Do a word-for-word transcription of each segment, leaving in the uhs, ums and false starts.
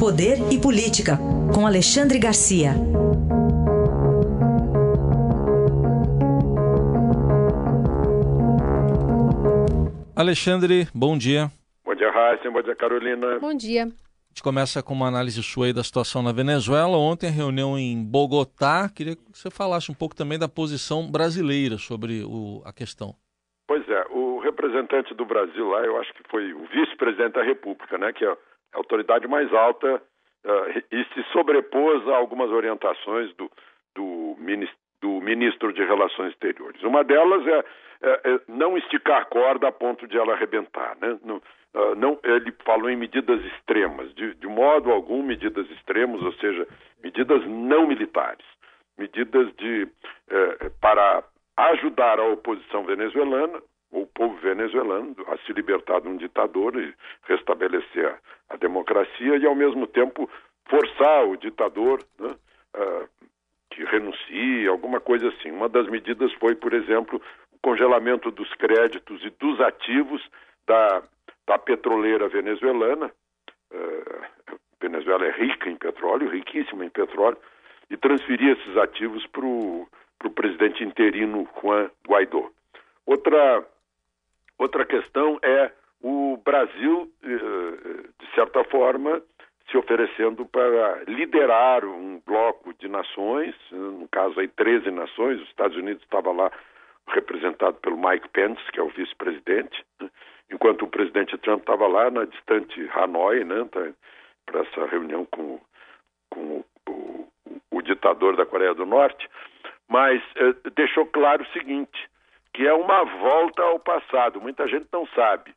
Poder e Política, com Alexandre Garcia. Alexandre, bom dia. Bom dia, Raíssa. Bom dia, Carolina. Bom dia. A gente começa com uma análise sua aí da situação na Venezuela. Ontem, reunião em Bogotá. Queria que você falasse um pouco também da posição brasileira sobre o, a questão. Pois é, o representante do Brasil lá, eu acho que foi o vice-presidente da República, né, que é a autoridade mais alta uh, e se sobrepôs a algumas orientações do, do, ministro, do ministro de Relações Exteriores. Uma delas é, é, é não esticar corda a ponto de ela arrebentar, né? Não, uh, não, ele falou em medidas extremas, de, de modo algum medidas extremas, ou seja, medidas não militares, medidas de, uh, para ajudar a oposição venezuelana, o povo venezuelano, a se libertar de um ditador e restabelecer a, a democracia e, ao mesmo tempo, forçar o ditador, né, uh, que renuncie, alguma coisa assim. Uma das medidas foi, por exemplo, o congelamento dos créditos e dos ativos da, da petroleira venezuelana. Uh, a Venezuela é rica em petróleo, riquíssima em petróleo, e transferir esses ativos para o para o presidente interino Juan Guaidó. Outra, outra questão é o Brasil, de certa forma, se oferecendo para liderar um bloco de nações, no caso aí treze nações, os Estados Unidos estava lá representado pelo Mike Pence, que é o vice-presidente, né? Enquanto o presidente Trump estava lá na distante Hanoi, né, para essa reunião com, com o, o, o ditador da Coreia do Norte. Mas eh, deixou claro o seguinte, que é uma volta ao passado, muita gente não sabe.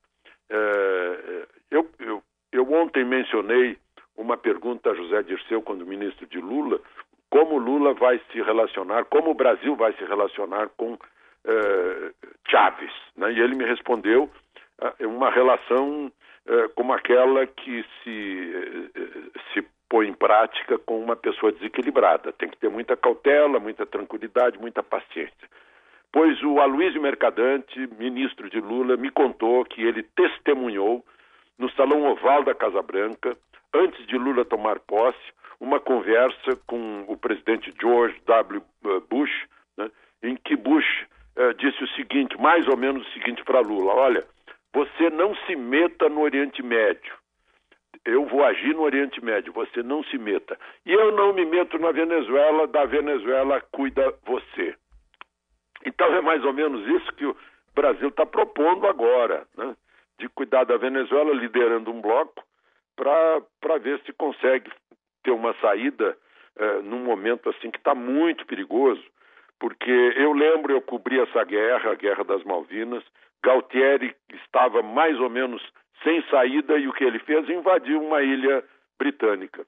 Eh, eu, eu, eu ontem mencionei uma pergunta a José Dirceu, quando ministro de Lula, como Lula vai se relacionar, como o Brasil vai se relacionar com eh, Chávez, né? E ele me respondeu eh, uma relação eh, como aquela que se, eh, se põe em prática com uma pessoa desequilibrada. Tem que ter muita cautela, muita tranquilidade, muita paciência. Pois o Aloysio Mercadante, ministro de Lula, me contou que ele testemunhou no Salão Oval da Casa Branca, antes de Lula tomar posse, uma conversa com o presidente George W. Bush, né, em que Bush eh, disse o seguinte, mais ou menos o seguinte para Lula: olha, você não se meta no Oriente Médio. Eu vou agir no Oriente Médio, você não se meta. E eu não me meto na Venezuela, da Venezuela cuida você. Então é mais ou menos isso que o Brasil está propondo agora, né? De cuidar da Venezuela, liderando um bloco, para ver se consegue ter uma saída eh, num momento assim que está muito perigoso. Porque eu lembro, eu cobri essa guerra, a Guerra das Malvinas, Galtieri estava mais ou menos sem saída, e o que ele fez? Invadiu uma ilha britânica.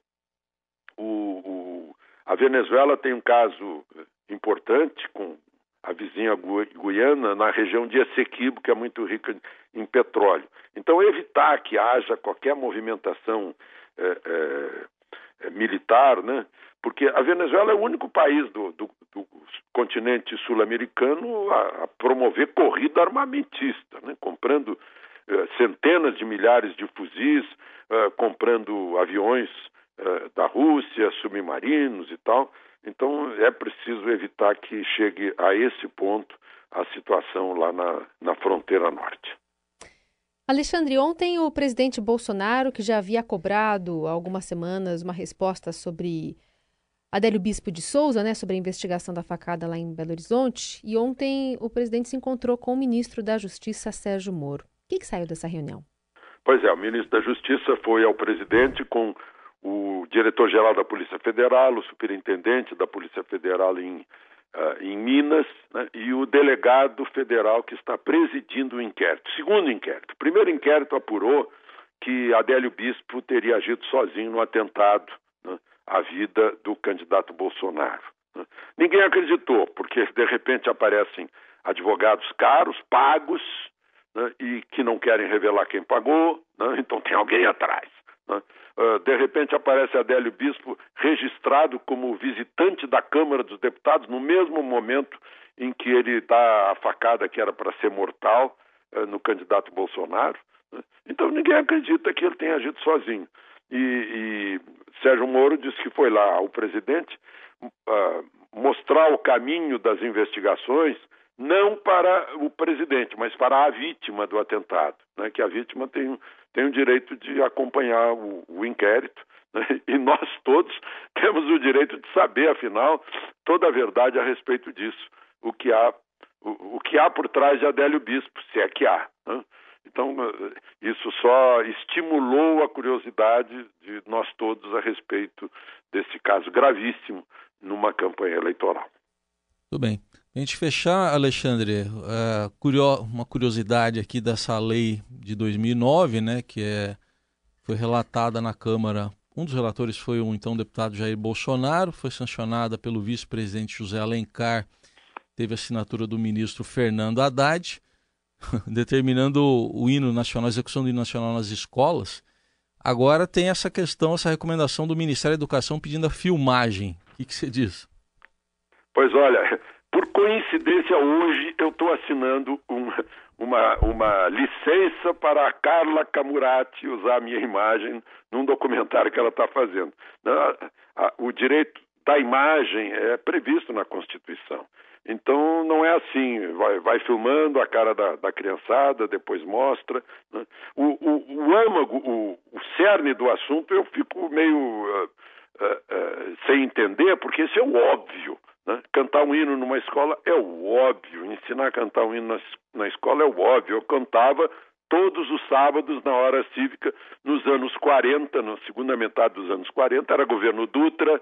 O, o, a Venezuela tem um caso importante com a vizinha Guiana, na região de Essequibo, que é muito rica em petróleo. Então, evitar que haja qualquer movimentação é, é, militar, né? Porque a Venezuela é o único país do, do, do continente sul-americano a, a promover corrida armamentista, né? Comprando centenas de milhares de fuzis, uh, comprando aviões uh, da Rússia, submarinos e tal. Então é preciso evitar que chegue a esse ponto a situação lá na, na fronteira norte. Alexandre, ontem o presidente Bolsonaro, que já havia cobrado há algumas semanas uma resposta sobre Adélio Bispo de Souza, né, sobre a investigação da facada lá em Belo Horizonte, e ontem o presidente se encontrou com o ministro da Justiça, Sérgio Moro. O que, que saiu dessa reunião? Pois é, o ministro da Justiça foi ao presidente com o diretor-geral da Polícia Federal, o superintendente da Polícia Federal em, uh, em Minas, né, e o delegado federal que está presidindo o inquérito. Segundo inquérito. O primeiro inquérito apurou que Adélio Bispo teria agido sozinho no atentado, né, à vida do candidato Bolsonaro. Né. Ninguém acreditou, porque de repente aparecem advogados caros, pagos, né, e que não querem revelar quem pagou, né, então tem alguém atrás. Né. Uh, de repente aparece Adélio Bispo registrado como visitante da Câmara dos Deputados no mesmo momento em que ele dá a facada que era para ser mortal uh, no candidato Bolsonaro. Né. Então ninguém acredita que ele tenha agido sozinho. E, e Sérgio Moro disse que foi lá ao presidente uh, mostrar o caminho das investigações, não para o presidente, mas para a vítima do atentado, né? Que a vítima tem, tem o direito de acompanhar o, o inquérito, né? E nós todos temos o direito de saber, afinal, toda a verdade a respeito disso, o que há, o, o que há por trás de Adélio Bispo, se é que há, né? Então, isso só estimulou a curiosidade de nós todos a respeito desse caso gravíssimo numa campanha eleitoral. Tudo bem. Para a gente fechar, Alexandre, uh, uma curiosidade aqui dessa lei de dois mil e nove, né, que é, foi relatada na Câmara. Um dos relatores foi o então deputado Jair Bolsonaro, foi sancionada pelo vice-presidente José Alencar, teve a assinatura do ministro Fernando Haddad, determinando o hino nacional, a execução do hino nacional nas escolas. Agora tem essa questão, essa recomendação do Ministério da Educação pedindo a filmagem. O que, que você diz? Pois olha, por coincidência hoje eu estou assinando uma, uma, uma licença para a Carla Camurati usar a minha imagem num documentário que ela está fazendo. O direito da imagem é previsto na Constituição. Então não é assim, vai, vai filmando a cara da, da criançada, depois mostra, né? O, o, o âmago, o, o cerne do assunto eu fico meio uh, uh, uh, sem entender, porque isso é o óbvio, né? Cantar um hino numa escola é o óbvio, ensinar a cantar um hino na, na escola é o óbvio. Eu cantava todos os sábados na hora cívica nos anos quarenta, na segunda metade dos anos quarenta, era governo Dutra.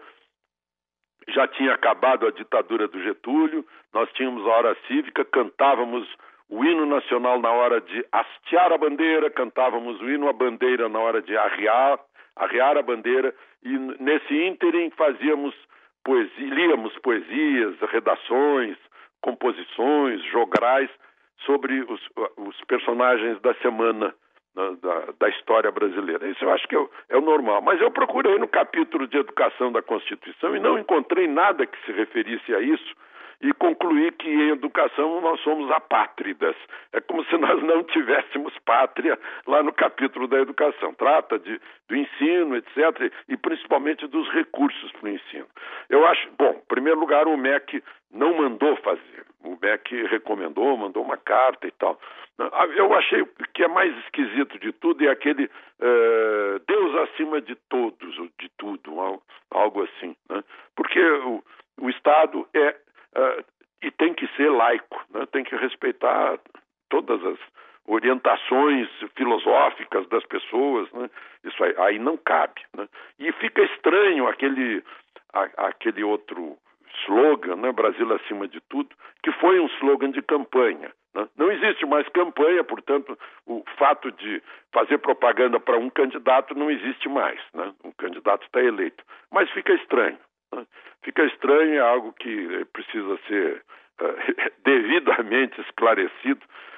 Já tinha acabado a ditadura do Getúlio, nós tínhamos a hora cívica, cantávamos o hino nacional na hora de hastear a bandeira, cantávamos o hino à bandeira na hora de arriar, arriar a bandeira, e nesse ínterim fazíamos poesia, líamos poesias, redações, composições, jograis sobre os, os personagens da semana Da, da história brasileira. Isso eu acho que é o, é o normal. Mas eu procurei no capítulo de educação da Constituição e não encontrei nada que se referisse a isso e concluí que em educação nós somos apátridas. É como se nós não tivéssemos pátria lá no capítulo da educação. Trata de, do ensino, etcétera, e principalmente dos recursos para o ensino. Eu acho, bom, em primeiro lugar, o M E C não mandou fazer. O M E C recomendou, mandou uma carta e tal. Eu achei que é mais esquisito de tudo é aquele uh, Deus acima de todos, ou de tudo, algo assim, né? Porque o, o Estado é uh, e tem que ser laico, né? Tem que respeitar todas as orientações filosóficas das pessoas, né? Isso aí, aí não cabe, né? E fica estranho aquele, a, aquele outro slogan, né? Brasil acima de tudo, que foi um slogan de campanha. Não existe mais campanha, portanto, o fato de fazer propaganda para um candidato não existe mais, né? Um candidato está eleito. Mas fica estranho, né? Fica estranho, é algo que precisa ser uh, devidamente esclarecido.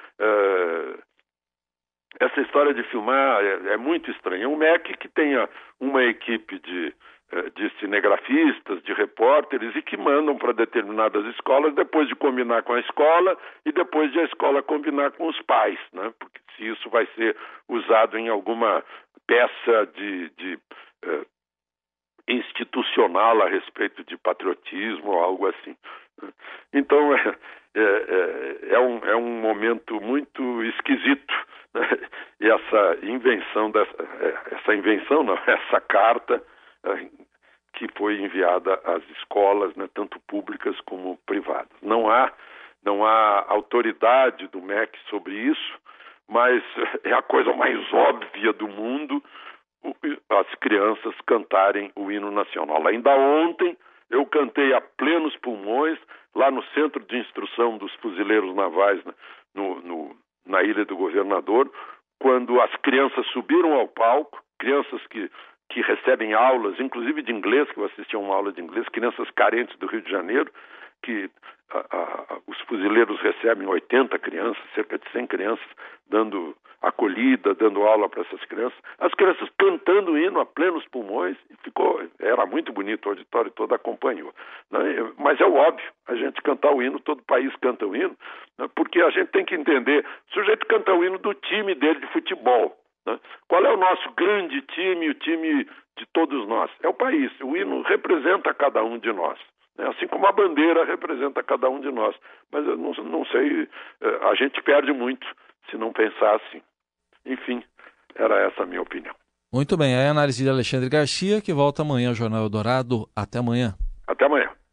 Uh, essa história de filmar é, é muito estranha. Um M E C que tenha uma equipe de de cinegrafistas, de repórteres e que mandam para determinadas escolas depois de combinar com a escola e depois de a escola combinar com os pais, né? Porque se isso vai ser usado em alguma peça de, de uh, institucional a respeito de patriotismo ou algo assim. Então é, é, é, um, é um momento muito esquisito, né? E essa invenção, dessa, essa invenção não, essa carta que foi enviada às escolas, né, tanto públicas como privadas. Não há, não há autoridade do M E C sobre isso, mas é a coisa mais óbvia do mundo as crianças cantarem o hino nacional. Ainda ontem eu cantei a plenos pulmões lá no Centro de Instrução dos Fuzileiros Navais, né, no, no, na Ilha do Governador, quando as crianças subiram ao palco, crianças que que recebem aulas, inclusive de inglês, que eu assisti a uma aula de inglês, crianças carentes do Rio de Janeiro, que a, a, os fuzileiros recebem oitenta crianças, cerca de cem crianças, dando acolhida, dando aula para essas crianças, as crianças cantando o hino a plenos pulmões, e ficou, era muito bonito, o auditório todo acompanhou, né? Mas é o óbvio, a gente cantar o hino, todo o país canta o hino, né? Porque a gente tem que entender, o sujeito canta o hino do time dele de futebol, Né? Qual é o nosso grande time, o time de todos nós? É o país. O hino representa cada um de nós. Né? Assim como a bandeira representa cada um de nós. Mas eu não, não sei, a gente perde muito se não pensar assim. Enfim, era essa a minha opinião. Muito bem, aí a análise de Alexandre Garcia, que volta amanhã ao Jornal Eldorado. Até amanhã. Até amanhã.